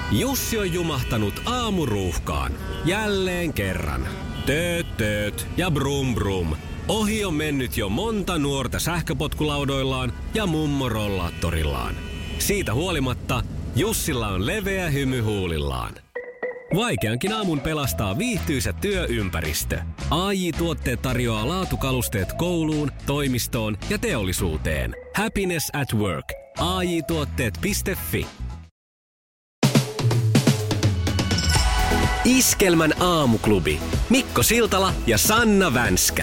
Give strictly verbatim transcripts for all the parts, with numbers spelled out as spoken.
Jussi on jumahtanut aamuruuhkaan. Jälleen kerran. Tööt, tööt ja brum brum. Ohi on mennyt jo monta nuorta sähköpotkulaudoillaan ja mummorollaattorillaan. Siitä huolimatta Jussilla on leveä hymy huulillaan. Vaikeankin aamun pelastaa viihtyisä työympäristö. A J-tuotteet tarjoaa laatukalusteet kouluun, toimistoon ja teollisuuteen. Happiness at work. A J tuotteet piste fi. Iskelmän aamuklubi. Mikko Siltala ja Sanna Vänskä.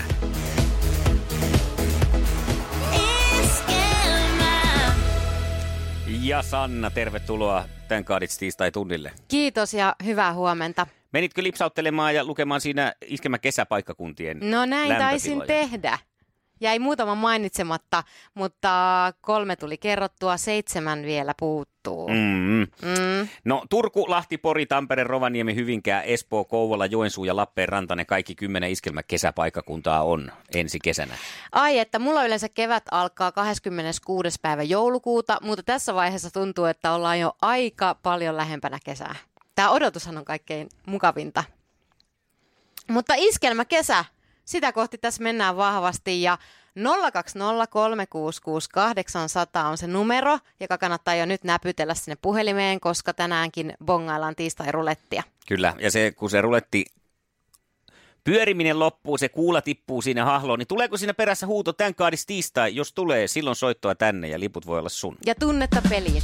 Ja Sanna, tervetuloa Tän Kaadits tiistai-tunnille. Kiitos ja hyvää huomenta. Menitkö lipsauttelemaan ja lukemaan siinä Iskelmän kesäpaikkakuntien No näin lämpötiloja? taisin tehdä. Jäi muutama mainitsematta, mutta kolme tuli kerrottua, seitsemän vielä puuttuu. Mm. Mm. No Turku, Lahti, Pori, Tampere, Rovaniemi, Hyvinkää, Espoo, Kouvola, Joensuu ja Lappeenranta, ne kaikki kymmenen Iskelmän kesäpaikkakuntaa on ensi kesänä. Ai, että mulla yleensä kevät alkaa kahdeskymmeneskuudes päivä joulukuuta, mutta tässä vaiheessa tuntuu, että ollaan jo aika paljon lähempänä kesää. Tämä odotushan on kaikkein mukavinta. Mutta Iskelmä kesä, sitä kohti tässä mennään vahvasti ja nolla kaksi nolla kolme kuusi kuusi kahdeksan nolla nolla on se numero, joka kannattaa jo nyt näpytellä sinne puhelimeen, koska tänäänkin bongaillaan tiistai-rulettia. Kyllä, ja se, kun se ruletti pyöriminen loppuu, se kuula tippuu siinä hahloon, niin tuleeko siinä perässä huuto Tän Kaadits tiistai? Jos tulee, silloin soittoa tänne ja liput voi olla sun. Ja tunnetta peliin.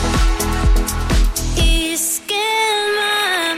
Iskelmä.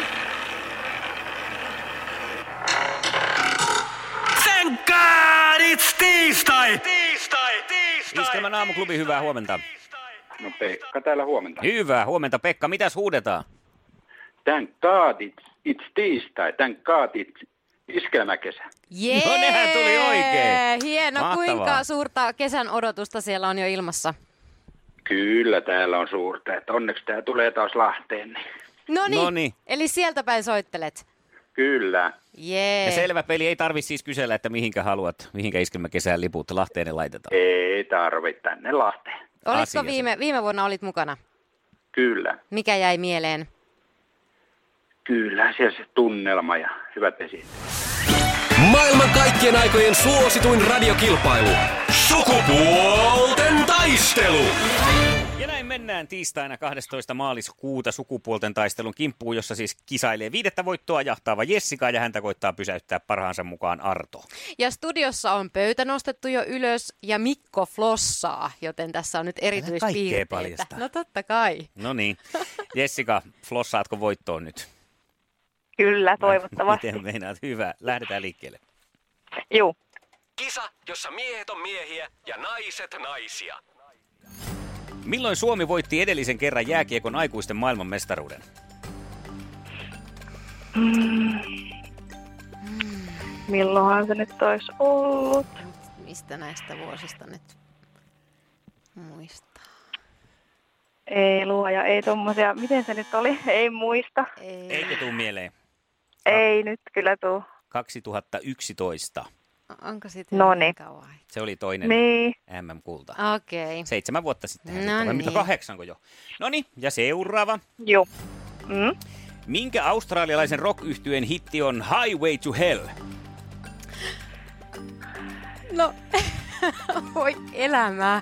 Tän Kaadits tiistai! Tiistai, tiistai! Iskelmän aamuklubi, hyvää huomenta. No Pekka täällä huomenta. Hyvää huomenta, Pekka. Mitäs huudetaan? Tän Kaadits, it's tiistai, tän Kaadits, iskelmäkesä. Jee! No nehän tuli oikein. Hieno, Mahtavaa. kuinka suurta kesän odotusta siellä on jo ilmassa? Kyllä täällä on suurta, että onneksi tää tulee taas Lahteen. Niin. Noniin, Noniin. eli sieltä päin soittelet. Kyllä. Jee. Ja selvä peli, ei tarvi siis kysellä, että mihinkä haluat, mihinkä Iskelmäkesään liput Lahteen ne laitetaan. Ei tarvitse tänne Lahteen. Olitko Asia viime, viime vuonna olit mukana? Kyllä. Mikä jäi mieleen? Kyllä, siellä se tunnelma ja hyvät esiin. Maailman kaikkien aikojen suosituin radiokilpailu. Sukupuolten taistelu. Ja näin mennään tiistaina kahdestoista maaliskuuta sukupuolten taistelun kimppuun, jossa siis kisailee viidettä voittoa jahtaava Jessica ja häntä koittaa pysäyttää parhaansa mukaan Arto. Ja studiossa on pöytä nostettu jo ylös ja Mikko flossaa, joten tässä on nyt erityispiirteitä. paljastaa. No totta kai. No niin. Jessica, flossaatko voittoon nyt? Kyllä, toivottavasti. Miten meinaat? Hyvä. Lähdetään liikkeelle. Juu. Kisa, jossa miehet on miehiä ja naiset naisia. Milloin Suomi voitti edellisen kerran jääkiekon aikuisten maailmanmestaruuden? Mm. Milloinhan se nyt olisi ollut? Mistä näistä vuosista nyt muistaa? Ei luoja, ei tommosia. Miten se nyt oli? Ei muista. Ei. Eikö tuu mieleen? Ei nyt kyllä tuu. kaksituhattayksitoista. Onko sitten Noniin. kauan? Se oli toinen Niin. M M-kulta. Okei. Okay. Seitsemän vuotta sitten. No Vai mitä niin. kahdeksanko jo? No niin, ja seuraava. Juu. Mm. Minkä australialaisen rock-yhtyeen hitti on Highway to Hell? No, voi elämää.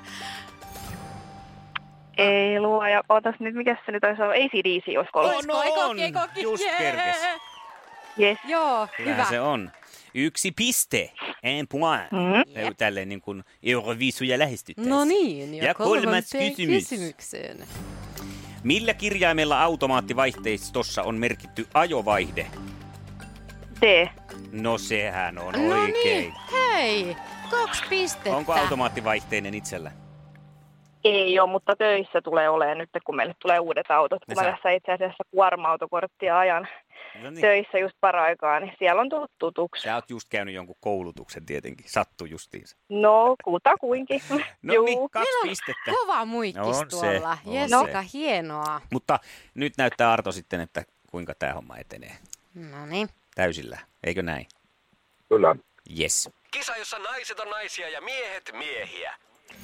Ei luoja. Ootas nyt, mikä se nyt olisi ollut? A C D C olisiko ollut? On, no on. Just kerkes. Yes. Joo, Kyllähän hyvä. se on. Yksi piste. Un point. Mm. Tälleen niin kuin Euroviisuja lähestyttäisiin. No niin, ja, Ja kolmas kolmanteen kysymys. kysymykseen. Millä kirjaimella automaattivaihteistossa on merkitty ajovaihde? D. No sehän on No oikein. niin, hei, kaksi pistettä. Onko automaattivaihteinen itsellä? Ei ole, mutta töissä tulee olemaan nyt, kun meille tulee uudet autot. Kun Ne mä sä- tässä itse asiassa kuorma-autokorttia ajan No niin. töissä just paraikaa, niin siellä on tullut tutuksi. Sä oot just käynyt jonkun koulutuksen tietenkin. Sattu justiinsa. No, kutakuinkin. No Juu. niin, kaksi pistettä. Kova muikkis On se, tuolla. on Jessica, se. hienoa. Mutta nyt näyttää Arto sitten, että kuinka tämä homma etenee. No niin. Täysillä, eikö näin? Kyllä. Yes. Kisa, jossa naiset on naisia ja miehet miehiä.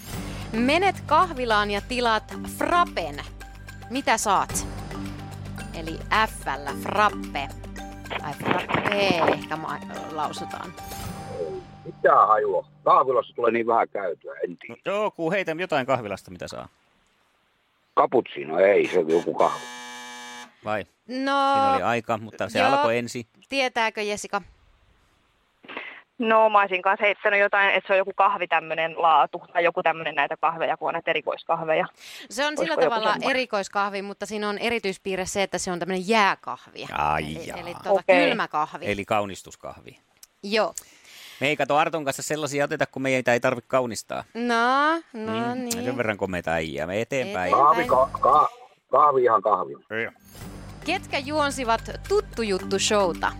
Menet kahvilaan ja tilaat frappen. Mitä saat? eli F:llä frappe. Tai frappe ehkä ma- lausutaan. Mitä hajua? Kahvilassa tulee niin vähän käytyä, en tiedä. No, joo, kun heitä jotain kahvilasta, mitä saa. Cappuccino, ei, se on joku kahvi. Vai? No, Siinä oli aika, mutta se joo. alkoi ensin. Tietääkö Jessica? No mä olisin kanssa heittänyt jotain, että se on joku kahvi tämmöinen laatu tai joku tämmöinen näitä kahveja, kun on näitä erikoiskahveja. Se on sillä Olisiko joku tavalla semmoinen? erikoiskahvi, mutta siinä on erityispiirre se, että se on tämmöinen jääkahvi. Ai eli jaa. eli tuota, Okei. kylmä kahvi. Eli kaunistuskahvi. Joo. Me ei kato Arton kanssa sellaisia oteta, kun meitä ei tarvitse kaunistaa. No, no Mm, niin. Sen verran komeita äijää. Me eteenpäin. Eteenpäin. Kahvi, ka, ka, kahvi ihan kahvi. Ketkä juonsivat Tuttu juttu showta?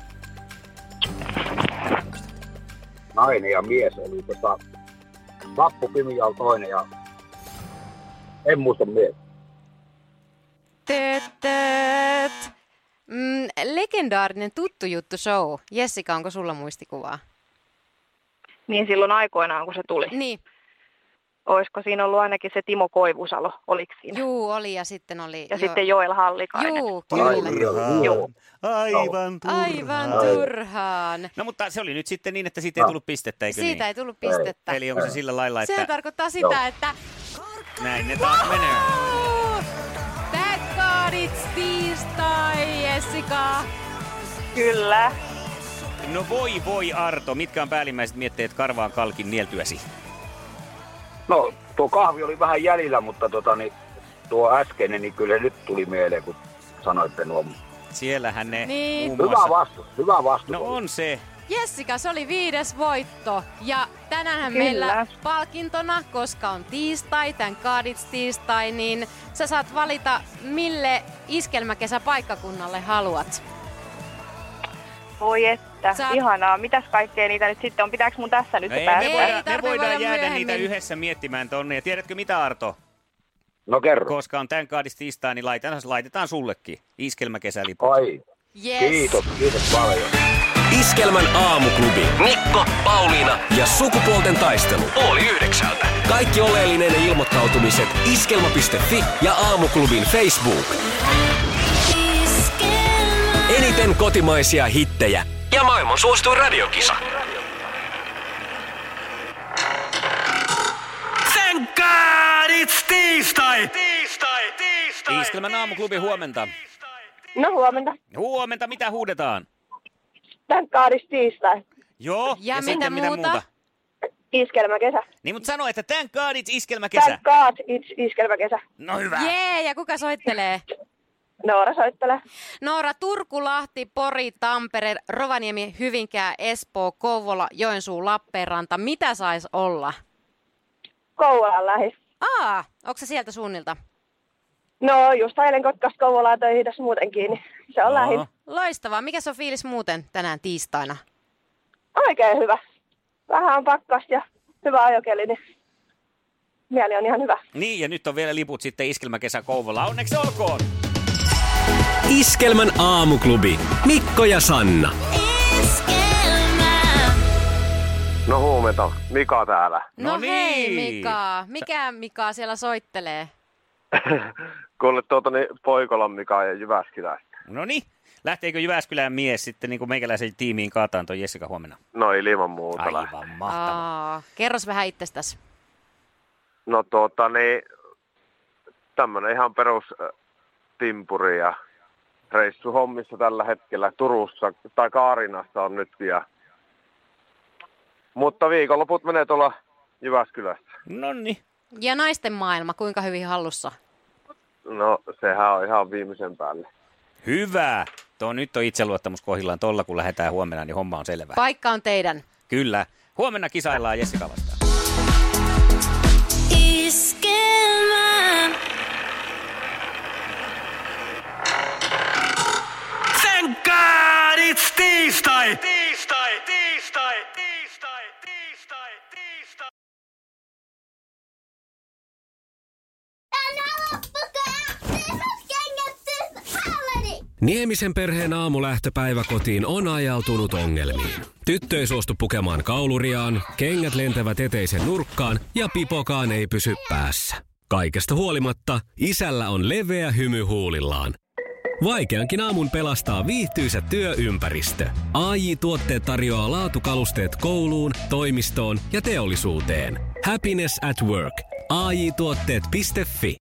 Nainen ja mies oli tota, Lappu Pimial toinen ja en muista mies. Tötöt. Mm, legendaarinen Tuttu juttu show. Jessica, onko sulla muistikuvaa? Niin silloin aikoinaan, kun se tuli. Niin, Olisiko siinä ollut ainakin se Timo Koivusalo, oliko siinä? juu oli ja sitten oli... Ja sitten Joel Hallikainen. Juu, Ai, kyllä. joo, joo. Aivan turhaan. Aivan turhaan. No mutta se oli nyt sitten niin, että siitä ei tullut pistettä, eikö Siitä niin? ei tullut pistettä. Eli onko se sillä lailla, että Se tarkoittaa sitä, että... näin ne taas menee? Thank God it's tiistai, Jessica. Kyllä. No voi voi Arto, mitkä on päällimmäiset mietteet karvaan kalkin nieltyäsi? No, tuo kahvi oli vähän jäljellä, mutta tota, niin, tuo äskeinen, niin kyllä nyt tuli mieleen, kun sanoitte nuo. Siellähän ne Niin. muun muassa... Hyvä vastus, hyvä vastus. No on se. Jessica, se oli viides voitto. Ja tänään Kyllä. meillä palkintona, koska on tiistai, tän kaadits tiistai, niin sä saat valita, mille iskelmäkesäpaikkakunnalle haluat. Voi että, Sä- ihanaa. Mitäs kaikkea niitä nyt sitten on? Pitääkö mun tässä nyt No ei, päästä? me Ei, voidaan, me tarvii voidaan voida jäädä myöhemmin. niitä yhdessä miettimään tonne. Ja tiedätkö mitä Arto? No kerro. Koska on tän kaadis tiistai, niin laitetaan, laitetaan sullekin iskelmäkesäliput. Ai, Yes. kiitos, kiitos paljon. Iskelmän aamuklubi. Mikko, Pauliina ja sukupuolten taistelu. Oli yhdeksältä. Kaikki oleellinen ilmoittautumiset iskelma piste fi ja aamuklubin Facebook. Iskelmä. Eniten kotimaisia hittejä ja maailman suosituin radiokisa. Thank God it's tiistai! Tiistai, tiistai! Iskelmän aamuklubi, huomenta. No huomenta. Huomenta, mitä huudetaan? Tän kaadis tiistai. Joo, Ja mitä sitten mitä muuta? muuta? Iskelmäkesä. Niin, mutta sano, että tän kaadits iskelmäkesä. Tän kaad it's iskelmäkesä. No hyvä. Jee, ja kuka soittelee? Noora soittelee. Noora, Turku, Lahti, Pori, Tampere, Rovaniemi, Hyvinkää, Espoo, Kouvola, Joensuu, Lappeenranta. Mitä sais olla? Kouvolan lähi. Aa, onko se sieltä suunnilta? No just ailen Kotkasta Kouvolaa töihin tässä muutenkin, niin se on lähin. Loistavaa. Mikä se on fiilis muuten tänään tiistaina? Oikein hyvä. Vähän on pakkasta ja hyvä ajokeli, niin mieli on ihan hyvä. Niin, ja nyt on vielä liput sitten iskelmäkesä Kouvola. Onneksi olkoon! Iskelmän aamuklubi. Mikko ja Sanna. Iskelmä. No huomenta, Mika täällä. No, No hei niin. Mika. Mikä Mika siellä soittelee? Kuule tuota niin Poikolan Mika ja Jyväskylästä. No niin. Lähteekö Jyväskylän mies sitten niin kuin meikäläisen tiimiin kaataan toi Jessica huomenna? No ilman muuta lähtee. Aivan mahtavaa. Aa, kerros vähän itsestäsi. No tuota niin, tämmönen ihan perus äh, timpuri ja reissuhommissa tällä hetkellä Turussa tai Kaarinassa on nyt ja... Mutta viikonloput menee tuolla Jyväskylässä. No niin. Ja naisten maailma, kuinka hyvin hallussa? No sehän on ihan viimeisen päälle. Hyvä. Tuo nyt on itseluottamus kohdillaan tolla, kun lähdetään huomenna, niin homma on selvä. Paikka on teidän. Kyllä. Huomenna kisaillaan Jessica vastaan. Iskelmä. Thank God it's tiistai! Tiistai, tiistai, tiistai, tiistai, tiistai. Niemisen perheen aamulähtöpäivä kotiin on ajautunut ongelmiin. Tyttö ei suostu pukemaan kauluriaan, kengät lentävät eteisen nurkkaan ja pipokaan ei pysy päässä. Kaikesta huolimatta isällä on leveä hymy huulillaan. Vaikeankin aamun pelastaa viihtyisä työympäristö. A J-tuotteet tarjoaa laatukalusteet kouluun, toimistoon ja teollisuuteen. Happiness at work. A J tuotteet piste fi